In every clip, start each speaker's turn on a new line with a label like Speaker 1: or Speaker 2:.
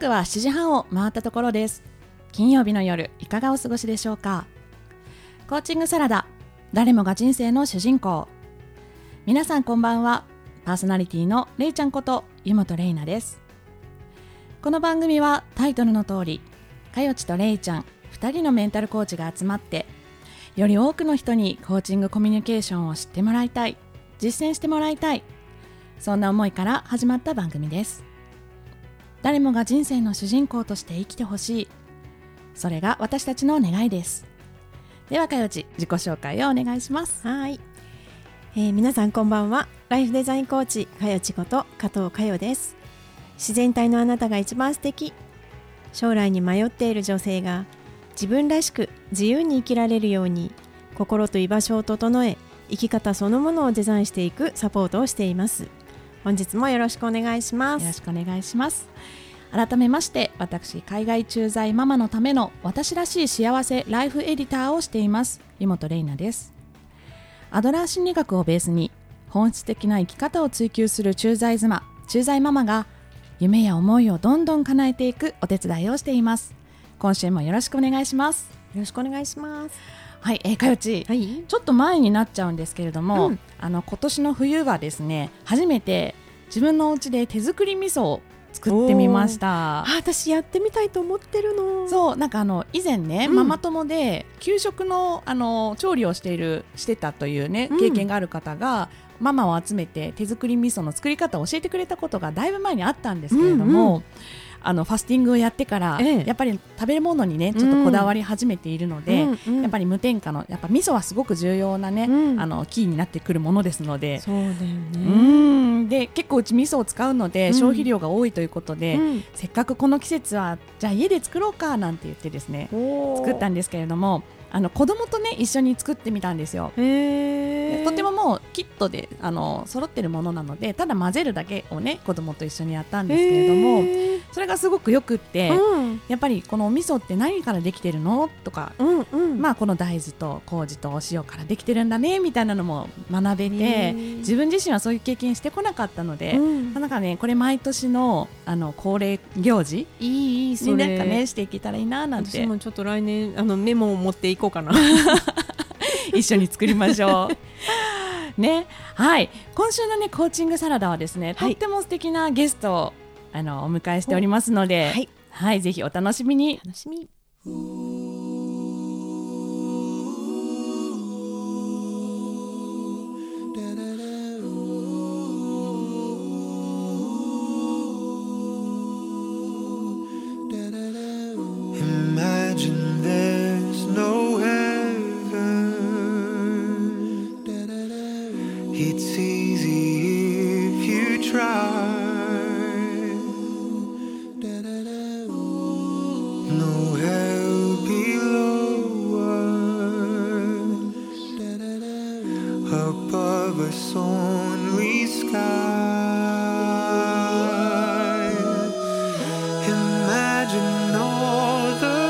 Speaker 1: 刻は7時半を回ったところです。金曜日の夜、いかがお過ごしでしょうか。コーチングサラダ、誰もが人生の主人公。皆さんこんばんは。パーソナリティのれいちゃんこと湯本れいなです。この番組はタイトルの通り、かよちとれいちゃん2人のメンタルコーチが集まって、より多くの人にコーチングコミュニケーションを知ってもらいたい、実践してもらいたい、そんな思いから始まった番組です。誰もが人生の主人公として生きてほしい、それが私たちの願いです。ではかよち、自己紹介をお願いします。
Speaker 2: はい、皆さんこんばんは。ライフデザインコーチかよちこと加藤かよです。自然体のあなたが一番素敵。将来に迷っている女性が自分らしく自由に生きられるように、心と居場所を整え、生き方そのものをデザインしていくサポートをしています。本日もよろしくお願いします。
Speaker 1: よろしくお願いします。改めまして、私海外駐在ママのための私らしい幸せライフエディターをしています湯本れいなです。アドラー心理学をベースに本質的な生き方を追求する駐在妻、駐在ママが夢や思いをどんどん叶えていくお手伝いをしています。今週もよろしくお願いします。
Speaker 2: よろしくお願いします。
Speaker 1: はい、かよち、
Speaker 2: はい、
Speaker 1: ちょっと前になっちゃうんですけれども、今年の冬はですね、初めて自分のお家で手作り味噌を作ってみました。
Speaker 2: 私やってみたいと思ってるの。
Speaker 1: そう、なんか以前ね、ママ友で給食の調理をしてたというね、経験がある方が、ママを集めて手作り味噌の作り方を教えてくれたことがだいぶ前にあったんですけれども、ファスティングをやってから、やっぱり食べ物にねちょっとこだわり始めているので、やっぱり無添加のやっぱ味噌はすごく重要なね、キーになってくるものですので、
Speaker 2: そうだよね。
Speaker 1: で結構うち味噌を使うので消費量が多いということで、せっかくこの季節はじゃあ家で作ろうかなんて言ってですね、作ったんですけれども、子供とね一緒に作ってみたんですよ。でとてももうキットで揃ってるものなので、ただ混ぜるだけをね子供と一緒にやったんですけれども、それがすごくよくって、やっぱりこのお味噌って何からできてるのとか、まあこの大豆と麹とお塩からできてるんだねみたいなのも学べて、自分自身はそういう経験してこなかったので、なんかねこれ毎年の恒例行事になんかねしていけたらいいななんて。
Speaker 2: 私もちょっと来年メモを持っていこうかな
Speaker 1: 一緒に作りましょうね。はい、今週のねコーチングサラダはですね、とっても素敵なゲストをお迎えしておりますので、はい、ぜひお楽しみに。
Speaker 2: 楽しみ。
Speaker 3: Imagine there's no heaven. It's easy if you try. No hell below us. Above us only sky. Imagine all the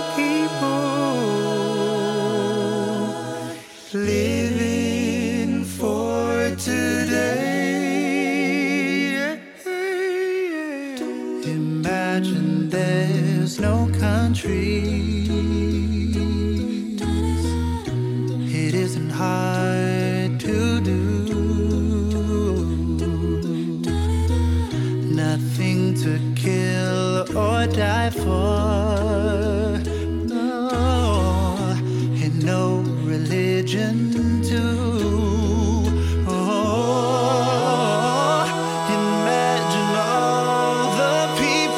Speaker 3: living for today. Imagine there's no country. It isn't hard to do. Nothing to kill or die for. No, and no religion too. Oh, imagine all the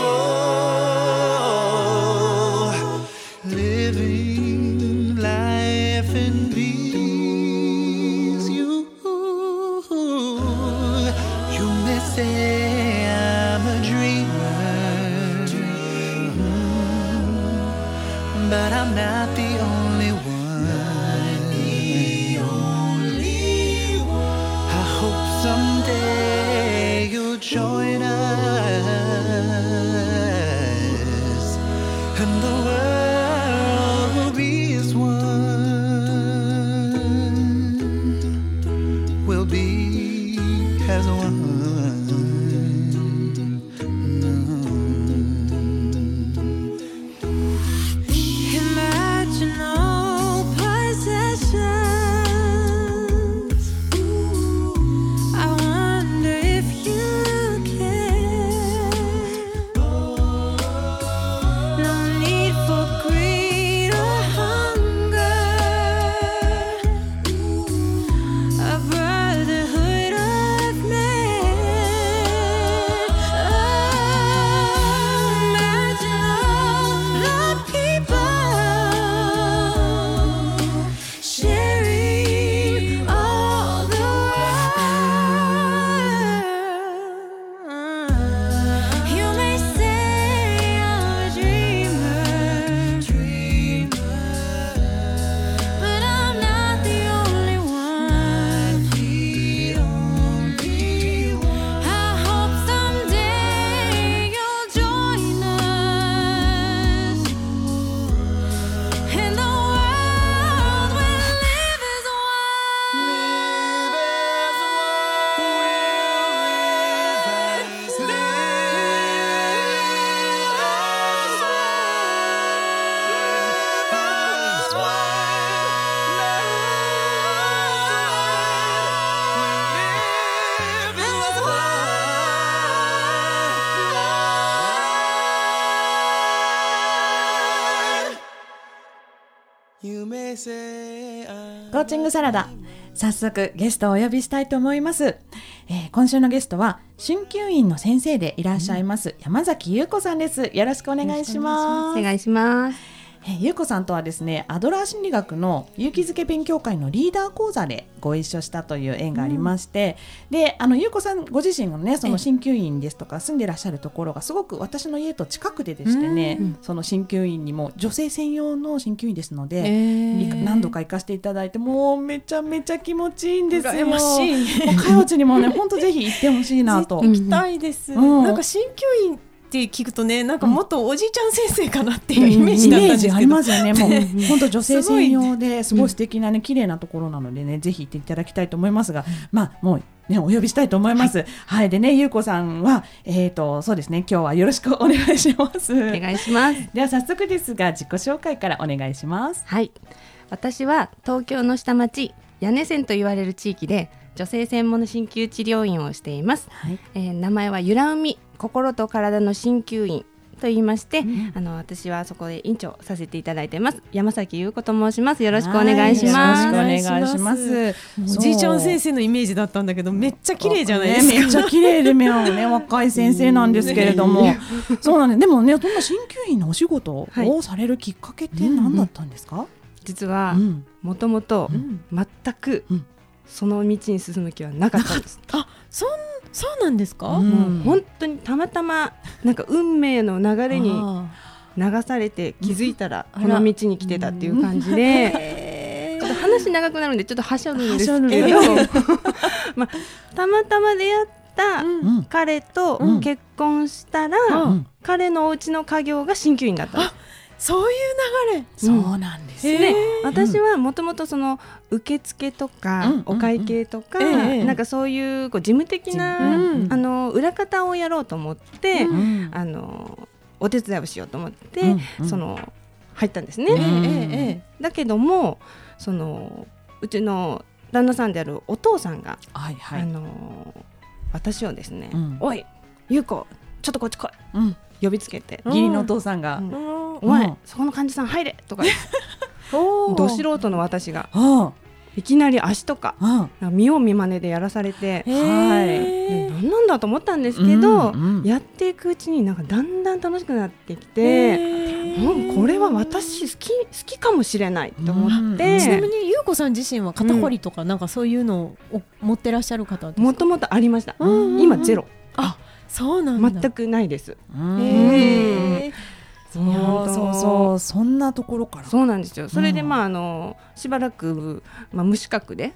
Speaker 3: people living life in peace. You may say I'm a dreamer, but I'm not the only one.
Speaker 1: コーチングサラダ、早速ゲストをお呼びしたいと思います。今週のゲストは鍼灸院の先生でいらっしゃいます、山崎優子さんです。よろしくお願いします。
Speaker 4: お願いします。
Speaker 1: 優子さんとはですね、アドラー心理学の勇気づけ勉強会のリーダー講座でご一緒したという縁がありまして、で優子さんご自身のね、その鍼灸院ですとか住んでらっしゃるところがすごく私の家と近くでしてね、その鍼灸院にも女性専用の鍼灸院ですので、何度か行かせていただいて、もうめちゃめちゃ気持ちいいんですよ。
Speaker 2: 羨ましい。
Speaker 1: もうかよちにもね本当ぜひ行ってほしいなと。
Speaker 2: 行きたいです、なんか鍼灸院って聞くとね、なんかもっとおじいちゃん先生かなっていうイメージだったんですけど、
Speaker 1: イメージありますよね。もう本当女性専用ですごい素敵なね、綺麗なところなのでね、ぜひ行っていただきたいと思いますが、もうね、お呼びしたいと思います。はい、でね、優子さんはそうですね、今日はよろしくお願いします。
Speaker 4: お願いします。
Speaker 1: では早速ですが、自己紹介からお願いします。
Speaker 4: はい、私は東京の下町屋根線と言われる地域で女性専門の鍼灸治療院をしています。はい、名前はゆら海心と体の鍼灸院と言いまして、私はそこで院長させていただいてます山崎優子と申します。よろしくお願いします。
Speaker 1: よろしくお願いします。
Speaker 2: おじいちゃん先生のイメージだったんだけど、めっちゃ綺麗じゃないですか。
Speaker 1: めっちゃ綺麗でね、若い先生なんですけれども、そうなんで、でもね、そんな鍼灸院のお仕事をされるきっかけって何だったんですか？
Speaker 4: 実はもともと全くその道に進む気はなかったんです。
Speaker 2: そうなんですか？
Speaker 4: 本当にたまたまなんか運命の流れに流されて気づいたらこの道に来てたっていう感じで、ちょっと話長くなるんでちょっとはしょるんですけど、たまたま出会った彼と結婚したら、彼のお家の家業が鍼灸院だったんです。
Speaker 2: そういう流れ。
Speaker 1: そうなんです
Speaker 4: ね。私はもともとその受付とかお会計とか、なんかそういう事務的な裏方をやろうと思って、お手伝いをしようと思って、その入ったんですね。だけども、そのうちの旦那さんであるお父さんが、私をですね、おい優子ちょっとこっち来い、呼びつけて、
Speaker 1: 義理のお父さんが、
Speaker 4: お前そこの患者さん入れとかど素人の私がいきなり足とか見よう見まねでやらされて、何なんだと思ったんですけど、やっていくうちになんかだんだん楽しくなってきて、これは私好きかもしれないと思って。
Speaker 2: ちなみに優子さん自身は肩こりとかなんかそういうのを持ってらっしゃる方ですか？
Speaker 4: もともとありました。今ゼロ。
Speaker 2: そうなんだ。
Speaker 4: 全くないです。
Speaker 1: そんなところから。
Speaker 4: そうなんですよ。それでしばらく無資格で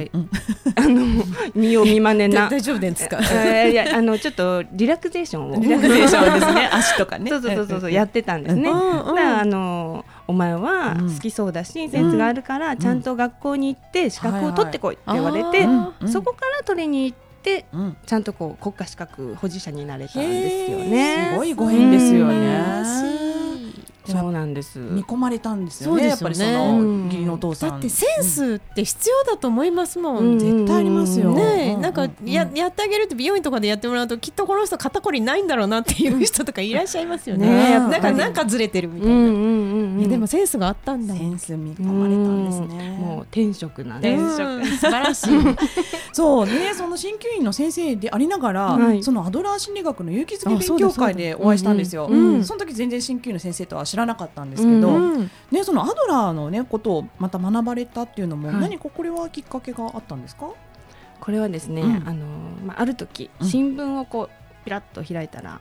Speaker 4: 見よう見まねな
Speaker 2: 大丈夫ですか？
Speaker 4: いやちょっとリラクゼーションを
Speaker 1: ですね、足とかね。
Speaker 4: そうやってたんですね。だからお前は好きそうだしセンスがあるからちゃんと学校に行って資格を取ってこいって言われて、そこから取りに行って、ちゃんとこう国家資格保持者になれたんですよね。
Speaker 1: すごいご縁ですよね。
Speaker 4: そうなんです。
Speaker 1: 見込まれたんですよね。やっぱりその義理のお父さん。
Speaker 2: だってセンスって必要だと思いますもん。
Speaker 1: 絶対ありますよ。
Speaker 2: なんかやってあげるって美容院とかでやってもらうと、きっとこの人肩こりないんだろうなっていう人とかいらっしゃいますよね。なんかずれてるみたいな。でもセンスがあったんだ。
Speaker 1: センス見込まれたんですね。
Speaker 4: もう天職なんです。
Speaker 2: 素晴らしい。
Speaker 1: そうね、その鍼灸院の先生でありながら、そのアドラー心理学の勇気づけ勉強会でお会いしたんですよ。その時全然鍼灸院の先生とは知らなかったんですけど、そのアドラーのねことをまた学ばれたっていうのも、何かこれはきっかけがあったんですか？
Speaker 4: これはですね、ある時新聞をこうピラッと開いたら、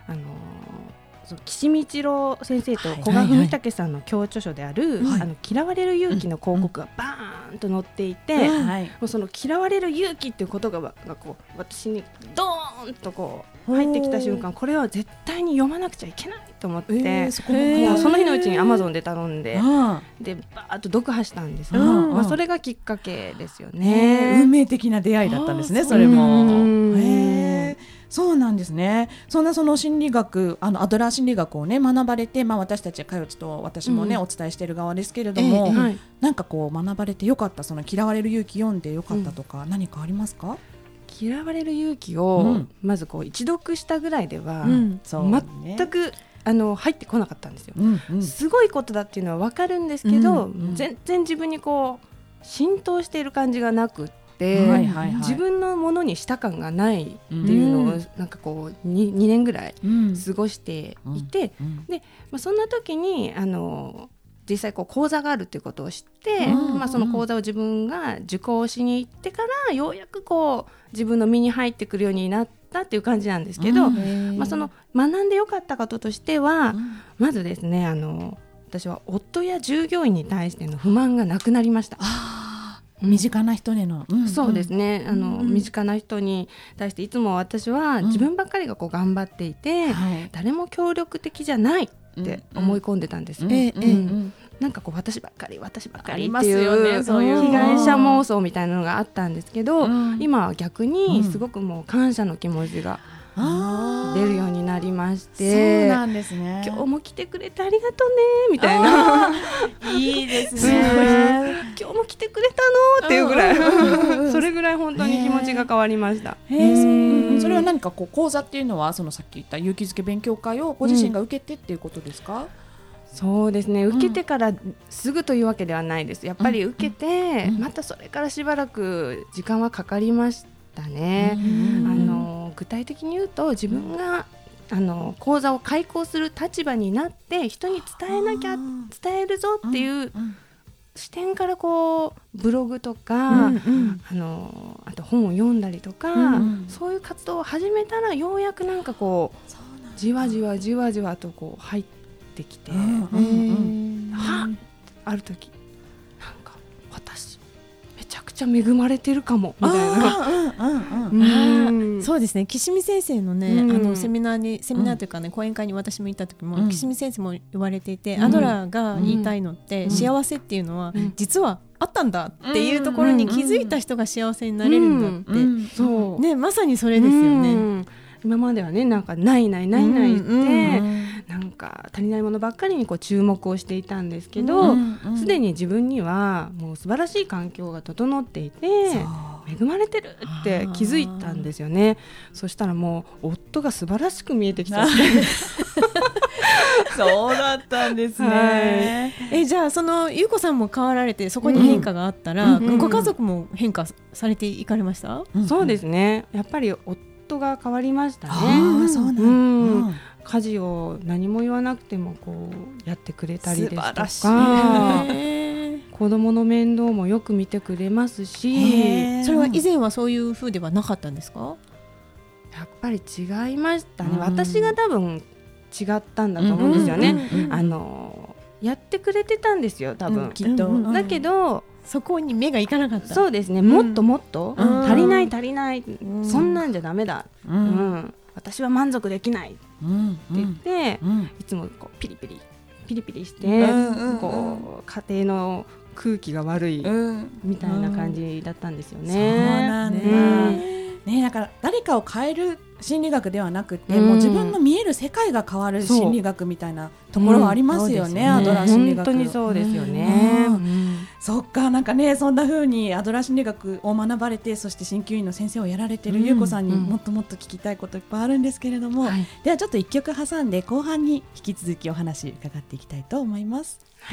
Speaker 4: 岸見一郎先生と古賀文武さんの共著書である、嫌われる勇気の広告がバーンと載っていて、もうその嫌われる勇気っていう言葉がこう私にドーンとこう入ってきた瞬間、これは絶対に読まなくちゃいけないと思って、もうその日のうちに Amazon で頼んで、でバーッと読破したんですよ。それがきっかけですよね。
Speaker 1: 運命的な出会いだったんですね。それもそうなんですね。その心理学、アドラー心理学をね学ばれて、私たちかよちと私もね、お伝えしている側ですけれども、なんかこう学ばれてよかった、その嫌われる勇気読んでよかったとか、何かありますか？
Speaker 4: 嫌われる勇気をまずこう一読したぐらいでは、全く入ってこなかったんですよ。すごいことだっていうのは分かるんですけど、全然自分にこう浸透している感じがなくって、自分のものにした感がないっていうのをなんかこう 2年ぐらい過ごしていて、で、そんな時に実際こう講座があるっていうことを知って、その講座を自分が受講しに行ってからようやくこう自分の身に入ってくるようになったっていう感じなんですけど、その学んでよかったこととしては、まずですね私は夫や従業員に対しての不満がなくなりました。
Speaker 1: 身近な人への、
Speaker 4: そうですね、身近な人に対していつも私は自分ばっかりがこう頑張っていて、誰も協力的じゃないって思い込んでたんです。なんかこう私ばっかりっていう被害者妄想みたいなのがあったんですけど、今は逆にすごくもう感謝の気持ちが出るようになりまして、
Speaker 1: そうなんですね。
Speaker 4: 今日も来てくれてありがとうねみたいな、
Speaker 1: いいですね。
Speaker 4: 今日も来てくれたのっていうぐらいそれぐらい本当に気持ちが変わりました。
Speaker 1: それは何かこう講座っていうのはそのさっき言った勇気づけ勉強会をご自身が受けてっていうことですか？
Speaker 4: そうですね、受けてからすぐというわけではないです。やっぱり受けて、またそれからしばらく時間はかかりましたね。具体的に言うと自分が講座を開講する立場になって人に伝えるぞっていう視点からこうブログとか、あと本を読んだりとか、そういう活動を始めたらようやくなんかこうじわじわとこう入ってきて、ある時なんか私めちゃくちゃ恵まれてるかもみたいな。
Speaker 2: そうですね、岸見先生のね、セミナーというかね、講演会に私も行った時も、岸見先生も言われていて、アドラーが言いたいのって、幸せっていうのは、実はあったんだっていうところに気づいた人が幸せになれるんだって、そうね、まさにそれですよね。
Speaker 4: 今まではね、なんかない言って、なんか足りないものばっかりにこう注目をしていたんですけど、すでに自分にはもう素晴らしい環境が整っていて恵まれてるって気づいたんですよね。そしたらもう夫が素晴らしく見えてきちゃって
Speaker 1: そうだったんですね。
Speaker 2: じゃあそのゆうこさんも変わられて、そこに変化があったら、ご家族も変化されていかれました？
Speaker 4: そうですね、やっぱり夫が変わりましたね。家事を何も言わなくてもこうやってくれたりですとか、子供の面倒もよく見てくれますし、
Speaker 2: それは以前はそういう風ではなかったんですか？
Speaker 4: やっぱり違いましたね。私が多分違ったんだと思うんですよね。やってくれてたんですよ多分、きっと。だけど
Speaker 2: そこに目がいかなかった。
Speaker 4: そうですね、もっと足りない、そんなんじゃダメだ、私は満足できないって言って、いつもこうピリピリして、こう家庭の空気が悪いみたいな感じだったんですよね。
Speaker 1: そうなんだ、だから誰かを変える心理学ではなくて、もう自分の見える世界が変わる心理学みたいなところはありますよね、アドラー心理学。
Speaker 4: 本当にそうですよね。
Speaker 1: そっか、なんかね、そんな風にアドラー心理学を学ばれて、そして鍼灸院の先生をやられているゆうこさんにもっともっと聞きたいこといっぱいあるんですけれども、ではちょっと一曲挟んで後半に引き続きお話伺っていきたいと思います。
Speaker 4: はい。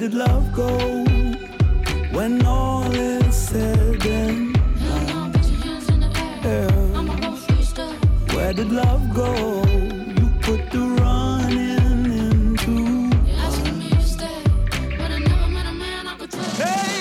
Speaker 3: did love go when all is said and done? Yeah. Where did love go? You put the running into fun. Hey!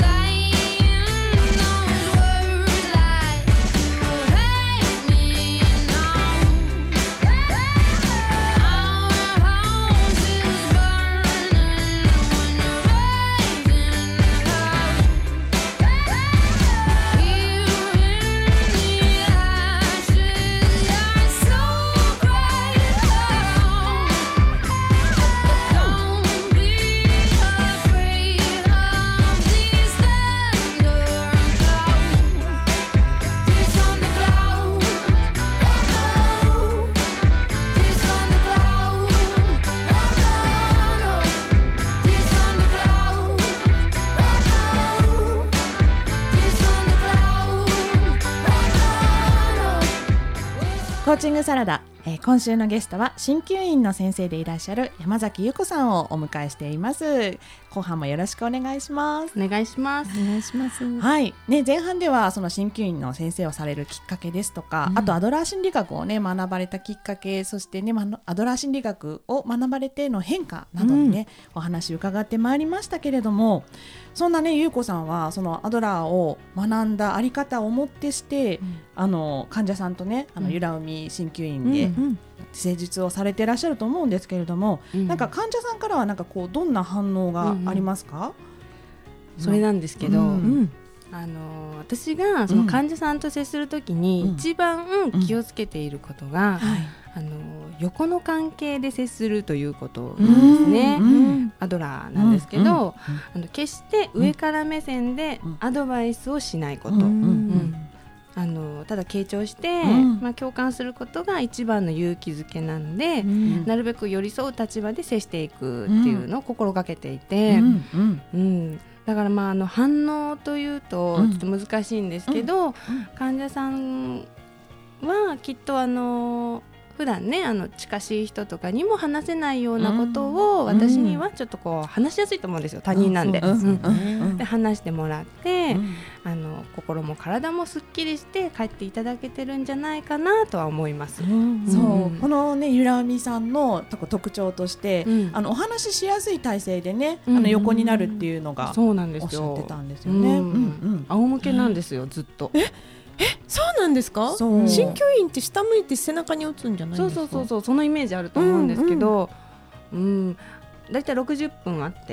Speaker 1: コーチングサラダ、今週のゲストは鍼灸院の先生でいらっしゃる山崎優子さんをお迎えしています。後半もよろしくお願いします。
Speaker 4: お願いします。
Speaker 2: お願いします。
Speaker 1: はいね、前半ではその鍼灸院の先生をされるきっかけですとか、あとアドラー心理学をね学ばれたきっかけ、そしてねアドラー心理学を学ばれての変化などにね、お話伺ってまいりましたけれども、そんなね優子さんはそのアドラーを学んだあり方をもってして、患者さんとねゆら海鍼灸院で施術をされていらっしゃると思うんですけれども、なんか患者さんからはなんかこうどんな反応がありますか？
Speaker 4: それなんですけど、私がその患者さんと接するときに一番気をつけていることが、横の関係で接するということですね。アドラーなんですけど、決して上から目線でアドバイスをしないこと、ただ傾聴して、共感することが一番の勇気づけなんで、なるべく寄り添う立場で接していくっていうのを心がけていて、だから反応というとちょっと難しいんですけど、患者さんはきっと普段ね近しい人とかにも話せないようなことを私にはちょっとこう話しやすいと思うんですよ、他人なんで。で話してもらって、心も体もすっきりして帰っていただけてるんじゃないかなとは思います。
Speaker 1: そうこのねゆら海さんの特徴として、お話ししやすい体勢でね横になるっていうのがおっしゃってたんですよね。
Speaker 4: 仰向けなんですよ、ずっと。
Speaker 2: そうなんですか？鍼灸院って下向いて背中に打つんじゃないですか？
Speaker 4: そうそのイメージあると思うんですけど、だいたい60分あって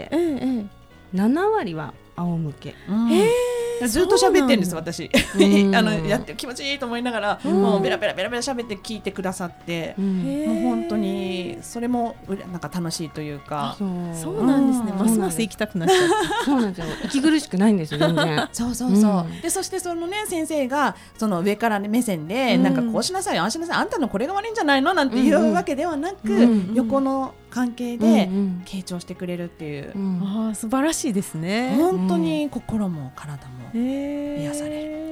Speaker 4: 、7割は仰向け。
Speaker 1: ずっと喋ってるんです私やって気持ちいいと思いながら、もうベラベラ喋って聞いてくださって、もう本当にそれもなんか楽しいというか。
Speaker 2: そうなんですね。ますます行きたくなっちゃう。
Speaker 4: そうなんですよ。息苦しくないんですよ全然。
Speaker 1: そうでそしてそのね先生がその上から目線で、なんかこうしなさいよああしなさい、あんたのこれが悪いんじゃないのなんていうわけではなく、横の関係で傾聴してくれるっていう、
Speaker 2: 素晴らしいですね。
Speaker 1: 本当に心も体も癒される。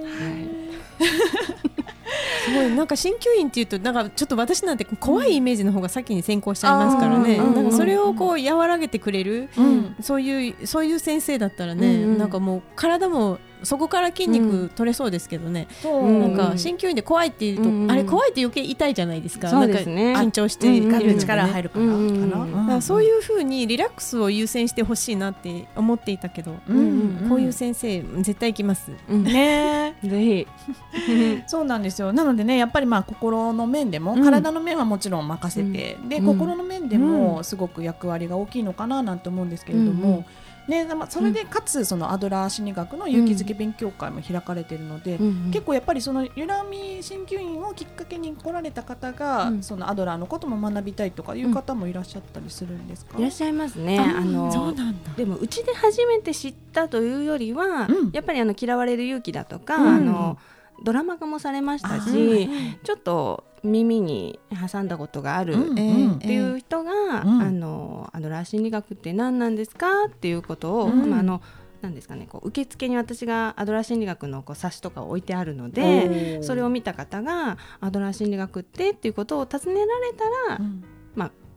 Speaker 2: すごいなんか鍼灸院っていうとなんかちょっと私なんて怖いイメージの方が先に先行しちゃいますからね、なんかそれをこう和らげてくれる、そういう先生だったらね、なんかもう体もそこから筋肉取れそうですけどね、なんか鍼灸院で怖いっていうと、あれ怖いって余計痛いじゃないですか。
Speaker 4: そうですね、
Speaker 2: 緊張しているので、
Speaker 1: 力入るからかな。
Speaker 2: そういう風にリラックスを優先してほしいなって思っていたけど、こういう先生絶対行きます
Speaker 1: ね。
Speaker 4: ぜひ
Speaker 1: そうなんですよ。なのでねやっぱり心の面でも、体の面はもちろん任せて、で心の面でもすごく役割が大きいのかななんて思うんですけれども、それでかつそのアドラー心理学の勇気づけ勉強会も開かれているので、結構やっぱりそのゆらみ鍼灸院をきっかけに来られた方が、そのアドラーのことも学びたいとかいう方もいらっしゃったりするんですか？
Speaker 4: いらっしゃいますね。
Speaker 2: そうなんだ。
Speaker 4: でもうちで初めて知ったというよりは、やっぱり嫌われる勇気だとか、ドラマ化もされましたし、ちょっと耳に挟んだことがあるっていう人が、アドラー心理学って何なんですかっていうことを、なんですかね、こう受付に私がアドラー心理学の冊子とかを置いてあるので、それを見た方がアドラー心理学っていうことを尋ねられたら、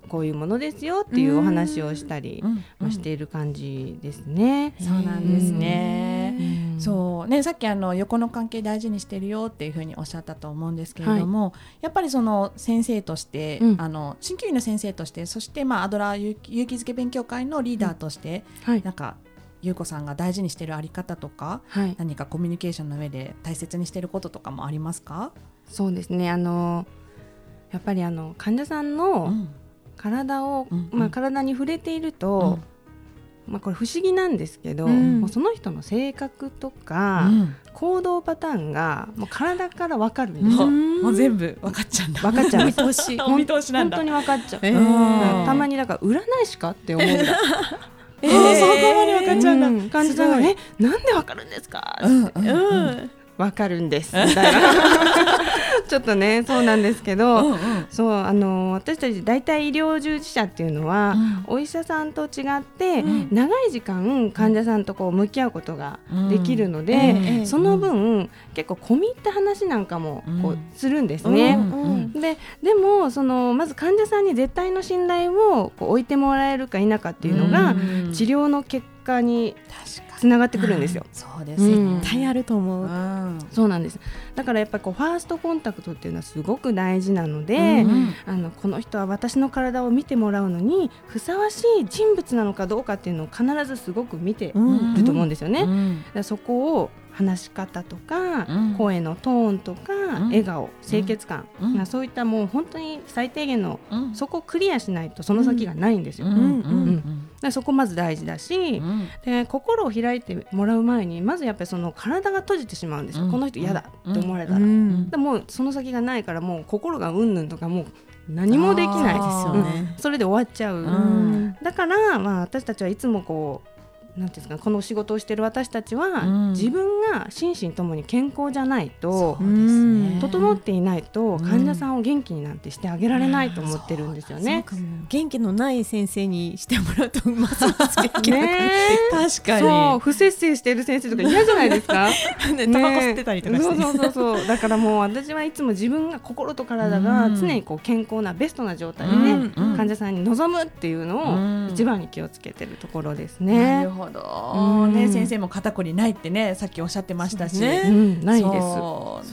Speaker 4: こういうものですよっていうお話をしたりしている感じですね。
Speaker 1: そうなんですね。そうね、さっき横の関係大事にしてるよっていうふうにおっしゃったと思うんですけれども、やっぱりその先生として、鍼灸院の先生として、そしてアドラー勇気づけ勉強会のリーダーとして、なんか優子さんが大事にしているあり方とか、何かコミュニケーションの上で大切にしていることとかもありますか？
Speaker 4: そうですね、やっぱり患者さんの体を、体に触れていると、これ不思議なんですけど、もうその人の性格とか、行動パターンがもう体から分かるんですよ。
Speaker 1: もう全部分かっちゃうんだ。
Speaker 4: 分かっちゃう。
Speaker 1: お見通しなんだ。
Speaker 4: 本当に分かっちゃう。たまにだから占い師かって思うんだ。
Speaker 1: そこまで分かっちゃうんだ。
Speaker 4: 患者さんがなんで分かるんですか？分かるんですみたいなちょっとね、そうなんですけど、そう私たち大体医療従事者っていうのは、お医者さんと違って、長い時間患者さんとこう向き合うことができるので、その分結構込み入った話なんかもこうするんですね。でもまず患者さんに絶対の信頼をこう置いてもらえるか否かっていうのが、治療の結果につながってくるんですよ。
Speaker 1: そうですね、
Speaker 2: 絶対あると思う。
Speaker 4: そうなんです。だからやっぱりこうファーストコンタクトっていうのはすごく大事なので、この人は私の体を見てもらうのにふさわしい人物なのかどうかっていうのを必ずすごく見てると思うんですよね。だからそこを話し方とか、声のトーンとか、笑顔、清潔感、そういったもう本当に最低限の、そこをクリアしないとその先がないんですよ。だからそこまず大事だし、で心を開いてもらう前にまずやっぱりその体が閉じてしまうんですよ。この人嫌だって思われたら、でもうその先がないから、もう心がうんぬんとかもう何もできないですよね。それで終わっちゃう。だから、私たちはいつもこうなんていうんですか、この仕事をしている私たちは、自分が心身ともに健康じゃないと、整っていないと患者さんを元気になんてしてあげられないと思ってるんですよね。
Speaker 2: 元気のない先生にしてもらうとますます元気なくなって、
Speaker 1: 確かに
Speaker 4: そう、不摂生している先生とか嫌じゃないですか
Speaker 2: タバコ吸ってたりとかして、
Speaker 4: そうだからもう私はいつも自分が心と体が常にこう健康なベストな状態で、患者さんに臨むっていうのを一番に気をつけてるところですね。
Speaker 1: なるほど、先生も肩こりないってね、さっきおっしゃってましたし、
Speaker 4: ないです。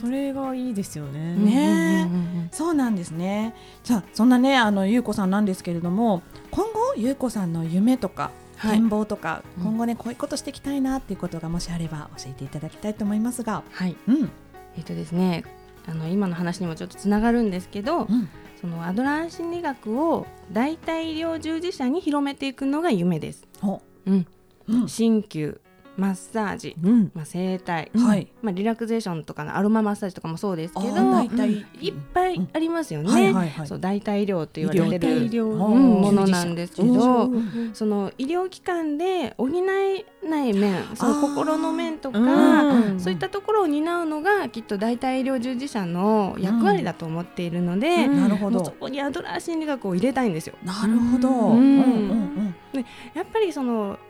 Speaker 2: それがいいですよね。
Speaker 1: そうなんですね。じゃあそんなね優子さんなんですけれども、今後優子さんの夢とか展望とか、今後ねこういうことしていきたいなっていうことがもしあれば教えていただきたいと思いますが。
Speaker 4: ですね、今の話にもちょっとつながるんですけど、そのアドラー心理学を大体医療従事者に広めていくのが夢です。鍼灸、マッサージ、整体、リラクゼーションとかのアロママッサージとかもそうですけど、いっぱいありますよね。そう代替医療って言われてるものなんですけど、その医療機関で補えない面、その心の面とか、そういったところを担うのがきっと代替医療従事者の役割だと思っているので、そこにアドラー心理学を入れたいんですよ。
Speaker 1: なるほど。
Speaker 4: やっぱりその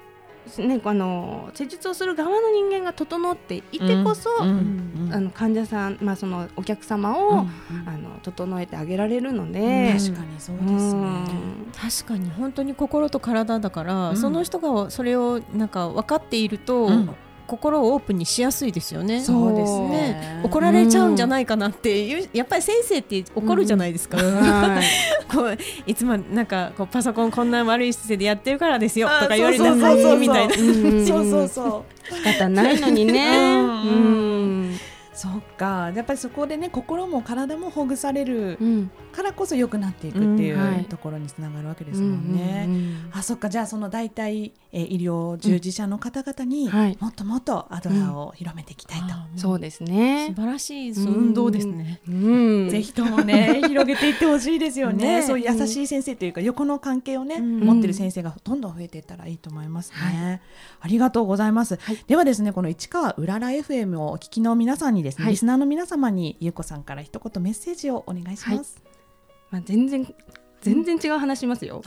Speaker 4: 施術をする側の人間が整っていてこそ、患者さん、そのお客様を、整えてあげられるので、
Speaker 1: 確かにそうですね。
Speaker 2: 確かに本当に心と体だから、その人がそれをなんか分かっていると、心をオープンにしやすいですよね。
Speaker 1: そうですね。
Speaker 2: 怒られちゃうんじゃないかなっていう、やっぱり先生って怒るじゃないですか。こういつもなんかこうパソコンこんな悪い姿勢でやってるからですよとか言われたらみたいな。
Speaker 1: そう
Speaker 4: 仕方ないのにね。
Speaker 1: そっか、やっぱりそこでね、心も体もほぐされるからこそ良くなっていくっていうところにつながるわけですもんね。そっか、じゃあその代替医療従事者の方々にもっともっとアドラーを広めていきたいと。
Speaker 4: そうですね。
Speaker 2: 素晴らしい運動ですね。
Speaker 1: ぜひともね広げていってほしいですよね。そういう優しい先生というか横の関係をね持ってる先生がどんどん増えていったらいいと思いますね。ありがとうございます。ではですね、この市川うらら FM をお聞きの皆さんにですね、リスナーの皆様に優子さんから一言メッセージをお願いします。
Speaker 4: 全然違う話しますよ。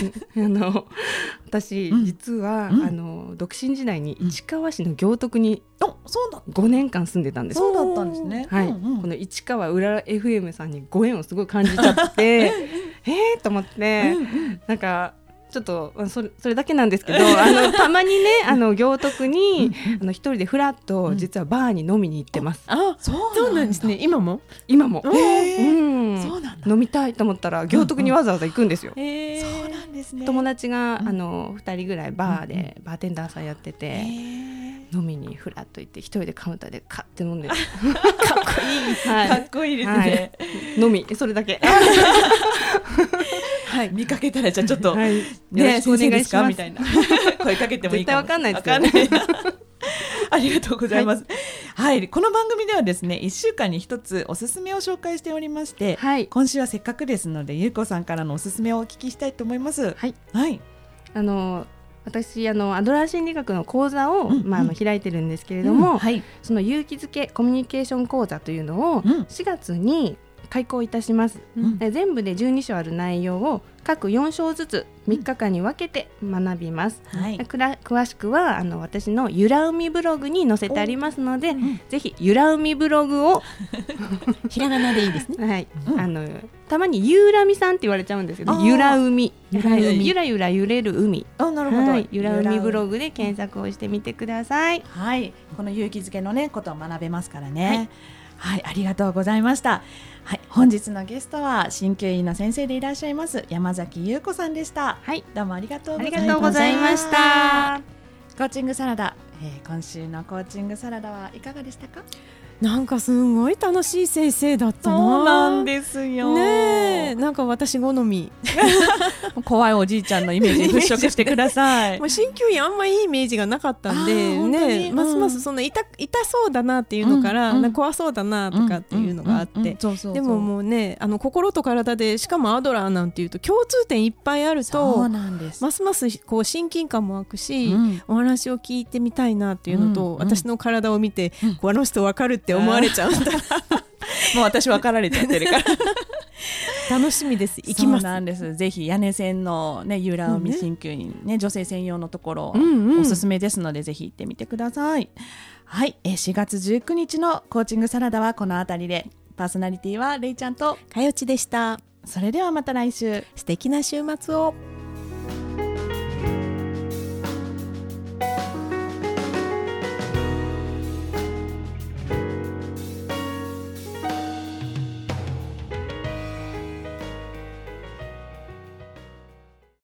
Speaker 4: 私実は独身時代に市川市の行徳に5年間住んでたんです。
Speaker 1: そうだったんですね。
Speaker 4: この市川うらら FM さんにご縁をすごい感じちゃってと思って、なんかちょっとそれだけなんですけどたまにね行徳に一人でフラッと実はバーに飲みに行ってます。
Speaker 2: そうなんですね。今も
Speaker 4: そうなんだ。飲みたいと思ったら行徳にわざわざ行くんですよ。
Speaker 1: そうなんですね。
Speaker 4: 友達が2人ぐらいバーでバーテンダーさんやってて、飲みにフラッと行って一人でカウンターでカッて飲んでる。
Speaker 1: かっこいい、かっこいいですね。
Speaker 4: 飲みそれだけ。
Speaker 1: はい、見かけたらじゃあちょっと、ね、
Speaker 4: よろしくお願いします
Speaker 1: みたいな声かけてもいいかも。
Speaker 4: 絶対わかんないですよ。
Speaker 1: ありがとうございます。はい、この番組ではですね、1週間に一つおすすめを紹介しておりまして、今週はせっかくですのでゆうこさんからのおすすめをお聞きしたいと思います。はい。
Speaker 4: 私アドラー心理学の講座を、開いてるんですけれども、その勇気づけコミュニケーション講座というのを4月に開講いたします。全部で12章ある内容を各4章ずつ3日間に分けて学びます。詳しくは私のゆらうみブログに載せてありますので、ぜひゆらうみブログを
Speaker 2: ひらがなでいいですね。
Speaker 4: はい、たまにゆうらみさんって言われちゃうんですけど、ゆらうみ、ゆらゆら揺れる海、
Speaker 1: なるほど、
Speaker 4: ゆらうみブログで検索をしてみてください。
Speaker 1: はい、この勇気づけのねことを学べますからね。はい、ありがとうございました。はい、本日のゲストは鍼灸院の先生でいらっしゃいます山崎優子さんでした。はい、どうもありがとうございました。コーチングサラダ、今週のコーチングサラダはいかがでしたか？
Speaker 2: なんかすごい楽しい先生だったな。
Speaker 1: そうなんですよ
Speaker 2: ね。なんか私好み
Speaker 1: 怖いおじいちゃんのイメージ払拭してください。
Speaker 2: 鍼灸院あんまいいイメージがなかったんでね、ますますその痛そうだなっていうのから、怖そうだなとかっていうのがあって、でももうね心と体で、しかもアドラーなんていうと共通点いっぱいあると、ますますこう親近感も湧くし、お話を聞いてみたいなっていうのと、私の体を見て、この人分かるって思われちゃうんだ
Speaker 1: もう私分かられちゃってるから
Speaker 2: 楽しみです。行きます。
Speaker 1: そうなんです。ぜひ屋根線のねゆらうみ鍼灸院ね、女性専用のところ、おすすめですのでぜひ行ってみてください。はい、4月19日のコーチングサラダはこのあたりで、パーソナリティはれいちゃんと
Speaker 2: かよちでした。
Speaker 1: それではまた来週、
Speaker 2: 素敵な週末を。